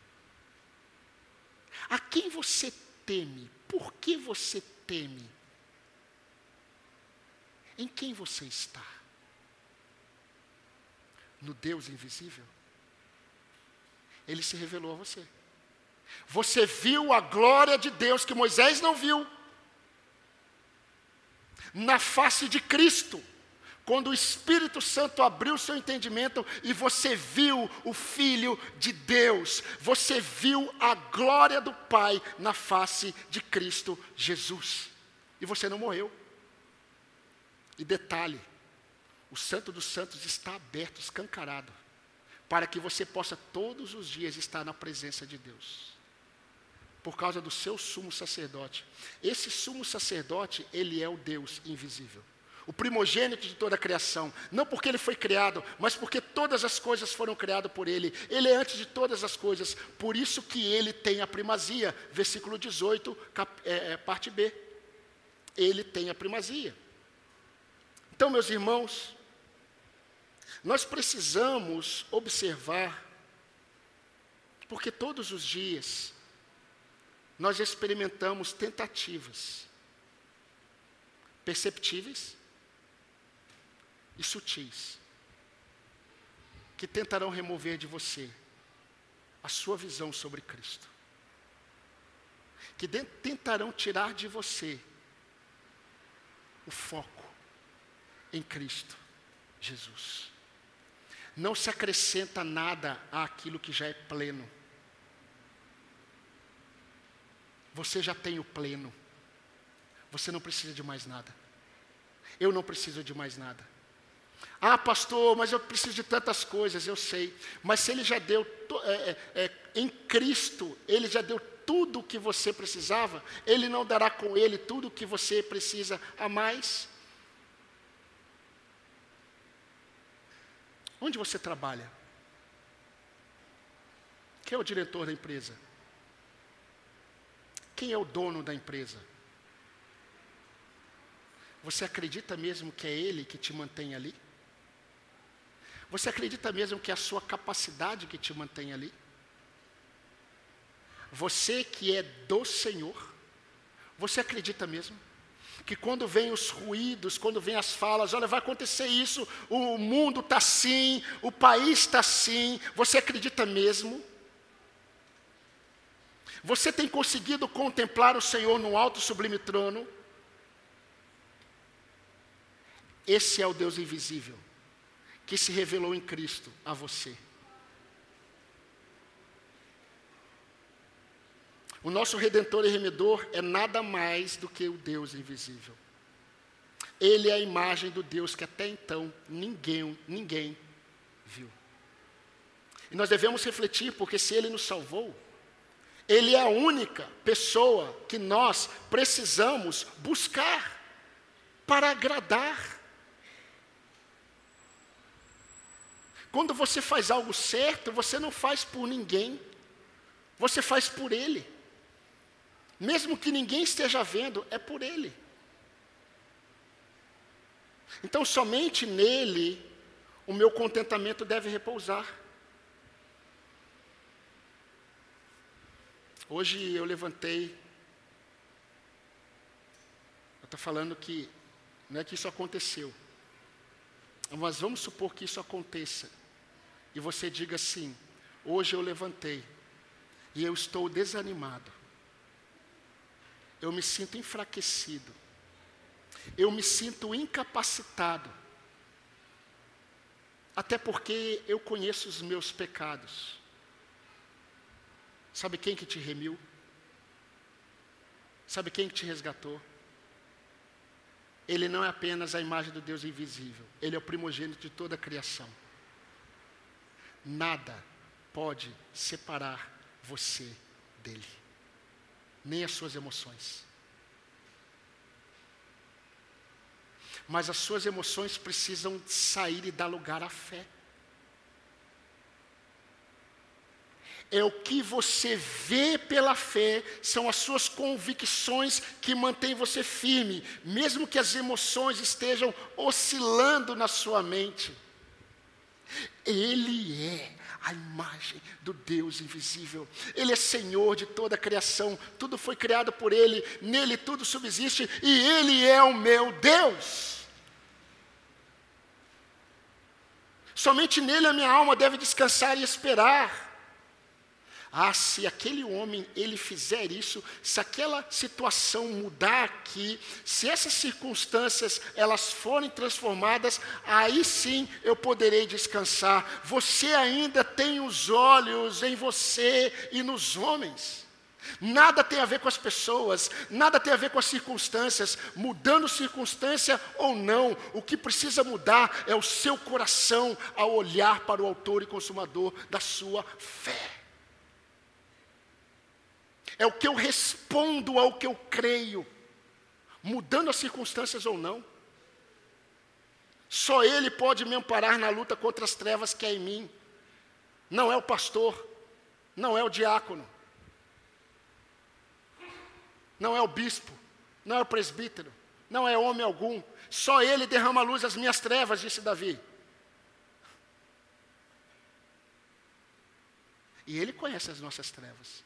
Speaker 1: A quem você teme? Por que você teme? Em quem você está? No Deus invisível? Ele se revelou a você. Você viu a glória de Deus que Moisés não viu. Na face de Cristo. Quando o Espírito Santo abriu seu entendimento e você viu o Filho de Deus. Você viu a glória do Pai na face de Cristo Jesus. E você não morreu. E detalhe, o Santo dos Santos está aberto, escancarado, para que você possa todos os dias estar na presença de Deus. Por causa do seu sumo sacerdote. Esse sumo sacerdote, ele é o Deus invisível. O primogênito de toda a criação. Não porque ele foi criado, mas porque todas as coisas foram criadas por ele. Ele é antes de todas as coisas. Por isso que ele tem a primazia. Versículo dezoito, cap, é, é, parte B. Ele tem a primazia. Então, meus irmãos, nós precisamos observar, porque todos os dias nós experimentamos tentativas perceptíveis e sutis, que tentarão remover de você a sua visão sobre Cristo, que de- tentarão tirar de você o foco em Cristo Jesus. Não se acrescenta nada àquilo que já é pleno. Você já tem o pleno. Você não precisa de mais nada. Eu não preciso de mais nada. Ah, pastor, mas eu preciso de tantas coisas, eu sei. Mas se Ele já deu, to- é, é, é, em Cristo, Ele já deu tudo o que você precisava, Ele não dará com Ele tudo o que você precisa a mais? Onde você trabalha? Quem é o diretor da empresa? Quem é o dono da empresa? Você acredita mesmo que é Ele que te mantém ali? Você acredita mesmo que é a sua capacidade que te mantém ali? Você que é do Senhor, você acredita mesmo? Que quando vem os ruídos, quando vem as falas, olha, vai acontecer isso, o mundo está assim, o país está assim, você acredita mesmo? Você tem conseguido contemplar o Senhor no alto e sublime trono? Esse é o Deus invisível, que se revelou em Cristo a você. O nosso Redentor e Remedor é nada mais do que o Deus invisível. Ele é a imagem do Deus que até então ninguém, ninguém viu. E nós devemos refletir, porque se Ele nos salvou, Ele é a única pessoa que nós precisamos buscar para agradar. Quando você faz algo certo, você não faz por ninguém, você faz por Ele. Mesmo que ninguém esteja vendo, é por Ele. Então, somente nele, o meu contentamento deve repousar. Hoje eu levantei, eu estou falando que, não é que isso aconteceu, mas vamos supor que isso aconteça, e você diga assim: hoje eu levantei, e eu estou desanimado, eu me sinto enfraquecido, eu me sinto incapacitado, até porque eu conheço os meus pecados. Sabe quem que te remiu? Sabe quem que te resgatou? Ele não é apenas a imagem do Deus invisível. Ele é o primogênito de toda a criação. Nada pode separar você dele. Nem as suas emoções. Mas as suas emoções precisam sair e dar lugar à fé. É o que você vê pela fé, são as suas convicções que mantêm você firme, mesmo que as emoções estejam oscilando na sua mente. Ele é a imagem do Deus invisível. Ele é Senhor de toda a criação, tudo foi criado por Ele, nele tudo subsiste e Ele é o meu Deus. Somente nele a minha alma deve descansar e esperar. Ah, se aquele homem, ele fizer isso, se aquela situação mudar aqui, se essas circunstâncias, elas forem transformadas, aí sim eu poderei descansar. Você ainda tem os olhos em você e nos homens. Nada tem a ver com as pessoas, nada tem a ver com as circunstâncias, mudando circunstância ou não, o que precisa mudar é o seu coração ao olhar para o autor e consumador da sua fé. É o que eu respondo ao que eu creio, mudando as circunstâncias ou não. Só Ele pode me amparar na luta contra as trevas que há em mim. Não é o pastor, não é o diácono, não é o bispo, não é o presbítero, não é homem algum. Só Ele derrama a luz às minhas trevas, disse Davi. E Ele conhece as nossas trevas.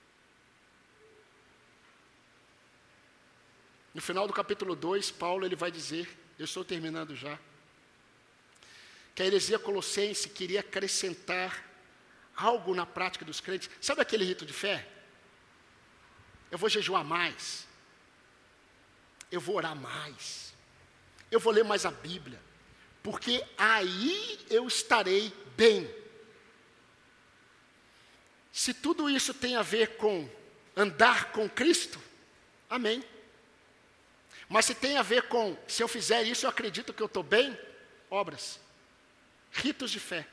Speaker 1: No final do capítulo dois, Paulo ele vai dizer, eu estou terminando já, que a heresia colossense queria acrescentar algo na prática dos crentes. Sabe aquele rito de fé? Eu vou jejuar mais, eu vou orar mais, eu vou ler mais a Bíblia, porque aí eu estarei bem. Se tudo isso tem a ver com andar com Cristo, amém. Mas se tem a ver com, se eu fizer isso, eu acredito que eu estou bem, obras, ritos de fé.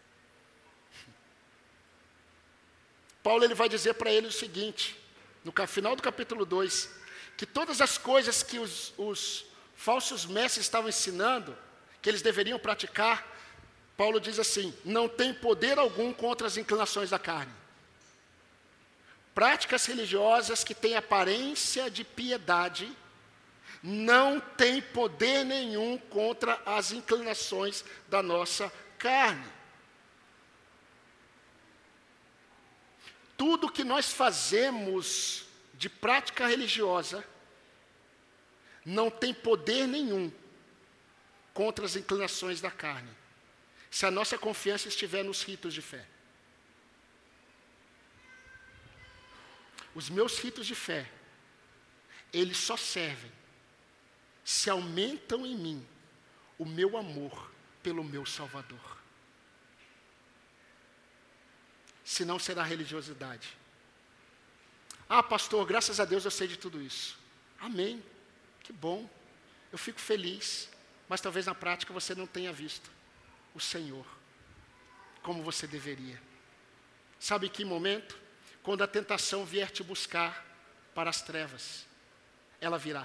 Speaker 1: Paulo ele vai dizer para ele o seguinte, no final do capítulo dois, que todas as coisas que os, os falsos mestres estavam ensinando, que eles deveriam praticar, Paulo diz assim, não tem poder algum contra as inclinações da carne. Práticas religiosas que têm aparência de piedade, não tem poder nenhum contra as inclinações da nossa carne. Tudo que nós fazemos de prática religiosa não tem poder nenhum contra as inclinações da carne, se a nossa confiança estiver nos ritos de fé. Os meus ritos de fé, eles só servem se aumentam em mim o meu amor pelo meu Salvador. Senão será religiosidade. Ah, pastor, graças a Deus eu sei de tudo isso. Amém, que bom, eu fico feliz, mas talvez na prática você não tenha visto o Senhor como você deveria. Sabe em que momento? Quando a tentação vier te buscar para as trevas, ela virá.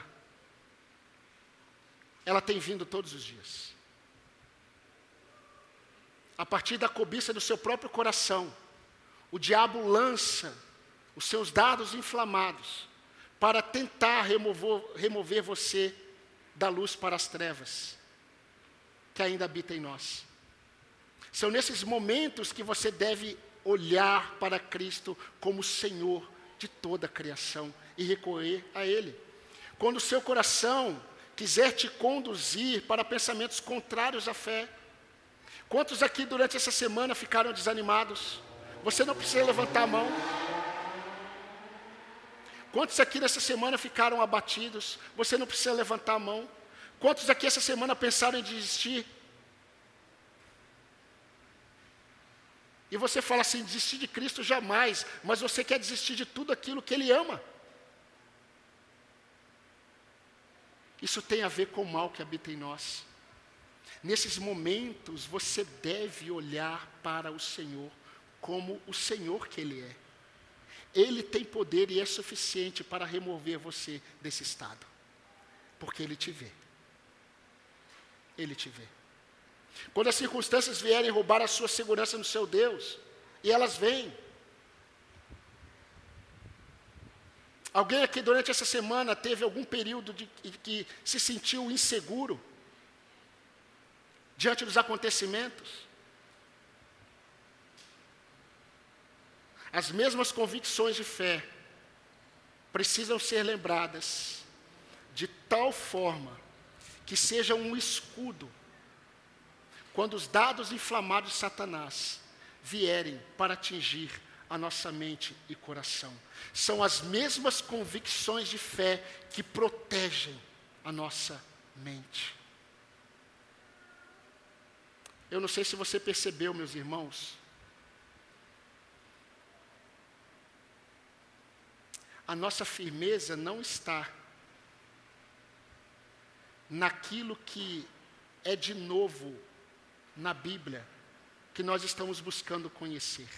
Speaker 1: Ela tem vindo todos os dias. A partir da cobiça do seu próprio coração, o diabo lança os seus dardos inflamados para tentar remover, remover você da luz para as trevas que ainda habita em nós. São nesses momentos que você deve olhar para Cristo como Senhor de toda a criação e recorrer a Ele. Quando o seu coração quiser te conduzir para pensamentos contrários à fé. Quantos aqui durante essa semana ficaram desanimados? Você não precisa levantar a mão. Quantos aqui nessa semana ficaram abatidos? Você não precisa levantar a mão. Quantos aqui essa semana pensaram em desistir? E você fala assim, desistir de Cristo jamais, mas você quer desistir de tudo aquilo que Ele ama. Isso tem a ver com o mal que habita em nós. Nesses momentos, você deve olhar para o Senhor como o Senhor que Ele é. Ele tem poder e é suficiente para remover você desse estado. Porque Ele te vê. Ele te vê. Quando as circunstâncias vierem roubar a sua segurança no seu Deus, e elas vêm. Alguém aqui durante essa semana teve algum período de, de que se sentiu inseguro diante dos acontecimentos? As mesmas convicções de fé precisam ser lembradas de tal forma que seja um escudo quando os dados inflamados de Satanás vierem para atingir a nossa mente e coração. São as mesmas convicções de fé que protegem a nossa mente. Eu não sei se você percebeu, meus irmãos, a nossa firmeza não está naquilo que é de novo na Bíblia, que nós estamos buscando conhecer.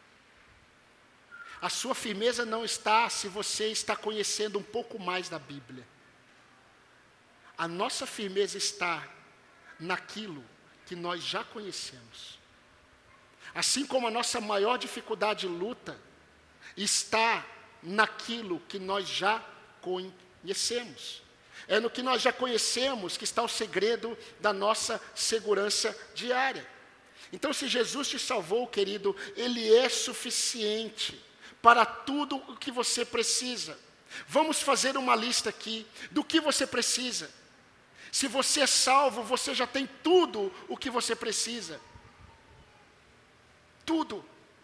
Speaker 1: A sua firmeza não está se você está conhecendo um pouco mais da Bíblia. A nossa firmeza está naquilo que nós já conhecemos. Assim como a nossa maior dificuldade e luta está naquilo que nós já conhecemos. É no que nós já conhecemos que está o segredo da nossa segurança diária. Então, se Jesus te salvou, querido, Ele é suficiente para tudo o que você precisa. Vamos fazer uma lista aqui do que você precisa. Se você é salvo, você já tem tudo o que você precisa. Tudo.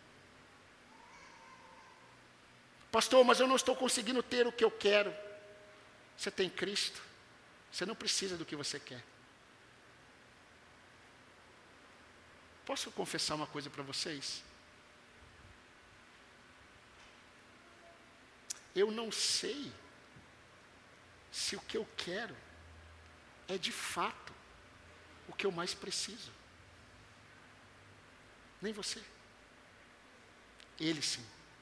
Speaker 1: Pastor, mas eu não estou conseguindo ter o que eu quero. Você tem Cristo. Você não precisa do que você quer. Posso confessar uma coisa para vocês? Eu não sei se o que eu quero é de fato o que eu mais preciso. Nem você. Ele sim.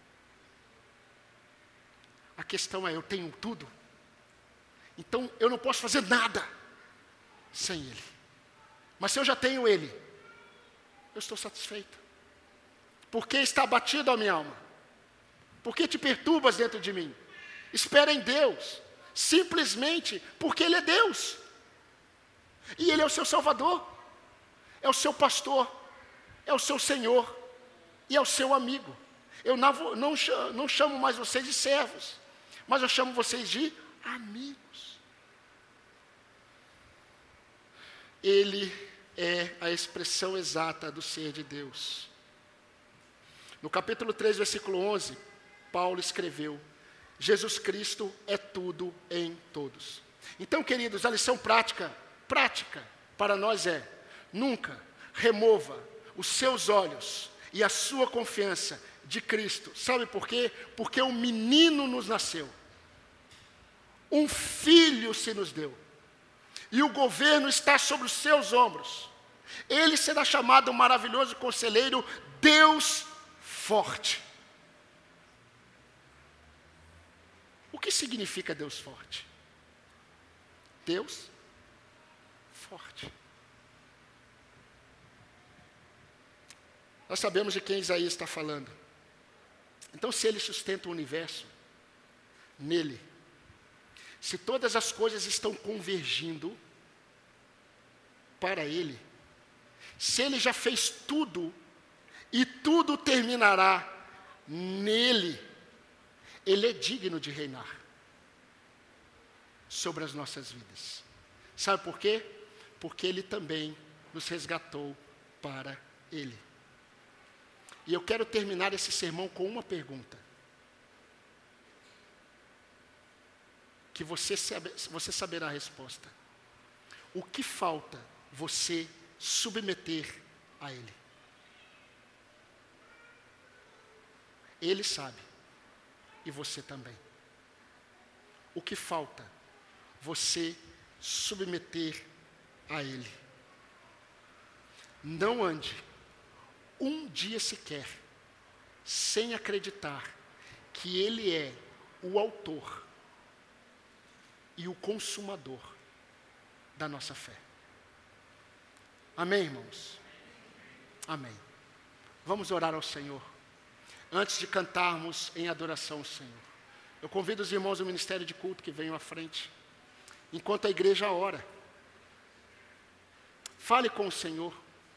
Speaker 1: A questão é, eu tenho tudo. Então eu não posso fazer nada sem Ele. Mas se eu já tenho Ele, eu estou satisfeito. Por que está abatido a minha alma? Por que te perturbas dentro de mim? Espera em Deus. Simplesmente porque Ele é Deus. E Ele é o seu Salvador. É o seu pastor. É o seu Senhor. E é o seu amigo. Eu não, não, não chamo mais vocês de servos, mas eu chamo vocês de amigos. Ele é a expressão exata do ser de Deus. No capítulo três, versículo onze, Paulo escreveu: Jesus Cristo é tudo em todos. Então, queridos, a lição prática, prática para nós é: nunca remova os seus olhos e a sua confiança de Cristo. Sabe por quê? Porque um menino nos nasceu. Um filho se nos deu. E o governo está sobre os seus ombros. Ele será chamado o maravilhoso conselheiro, Deus forte. O que significa Deus forte? Deus forte. Nós sabemos de quem Isaías está falando. Então, se Ele sustenta o universo, nele, se todas as coisas estão convergindo para Ele, se Ele já fez tudo, e tudo terminará nele, Ele é digno de reinar sobre as nossas vidas. Sabe por quê? Porque Ele também nos resgatou para Ele. E eu quero terminar esse sermão com uma pergunta. Que você, sabe, você saberá a resposta. O que falta você submeter a Ele? Ele sabe. E você também. O que falta? Você submeter a Ele. Não ande um dia sequer sem acreditar que Ele é o autor e o consumador da nossa fé. Amém, irmãos? Amém. Vamos orar ao Senhor. Antes de cantarmos em adoração ao Senhor, eu convido os irmãos do Ministério de Culto que venham à frente, enquanto a igreja ora. Fale com o Senhor.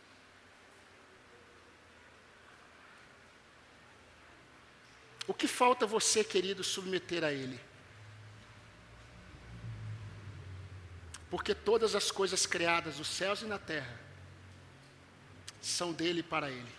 Speaker 1: O que falta você, querido, submeter a Ele? Porque todas as coisas criadas nos céus e na terra são dele e para Ele.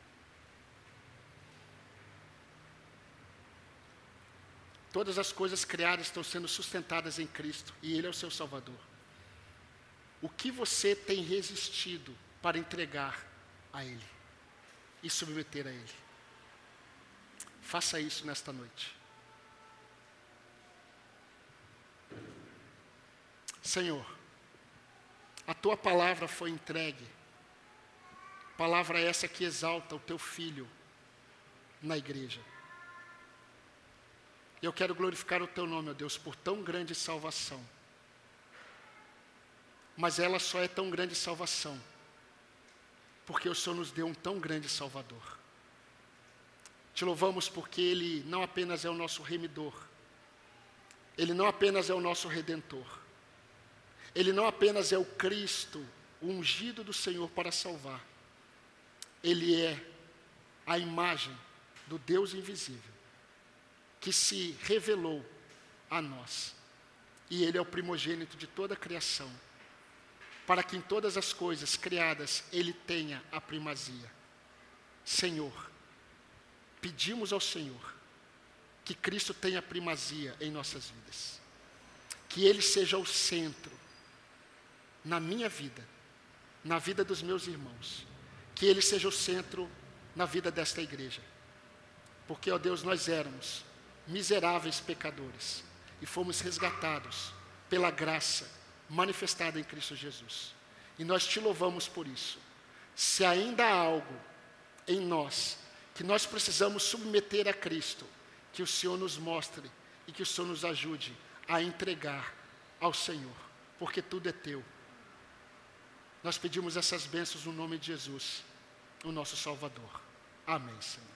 Speaker 1: Todas as coisas criadas estão sendo sustentadas em Cristo e Ele é o seu Salvador. O que você tem resistido para entregar a Ele e submeter a Ele? Faça isso nesta noite. Senhor, a Tua palavra foi entregue. Palavra essa que exalta o Teu Filho na igreja. Eu quero glorificar o Teu nome, ó Deus, por tão grande salvação. Mas ela só é tão grande salvação porque o Senhor nos deu um tão grande Salvador. Te louvamos porque Ele não apenas é o nosso remidor, Ele não apenas é o nosso redentor, Ele não apenas é o Cristo, o ungido do Senhor para salvar, Ele é a imagem do Deus invisível, que se revelou a nós. E Ele é o primogênito de toda a criação, para que em todas as coisas criadas Ele tenha a primazia. Senhor, pedimos ao Senhor que Cristo tenha primazia em nossas vidas. Que Ele seja o centro na minha vida, na vida dos meus irmãos. Que Ele seja o centro na vida desta igreja. Porque, ó Deus, nós éramos miseráveis pecadores e fomos resgatados pela graça manifestada em Cristo Jesus. E nós te louvamos por isso. Se ainda há algo em nós que nós precisamos submeter a Cristo, que o Senhor nos mostre e que o Senhor nos ajude a entregar ao Senhor, porque tudo é teu. Nós pedimos essas bênçãos no nome de Jesus, o nosso Salvador. Amém, Senhor.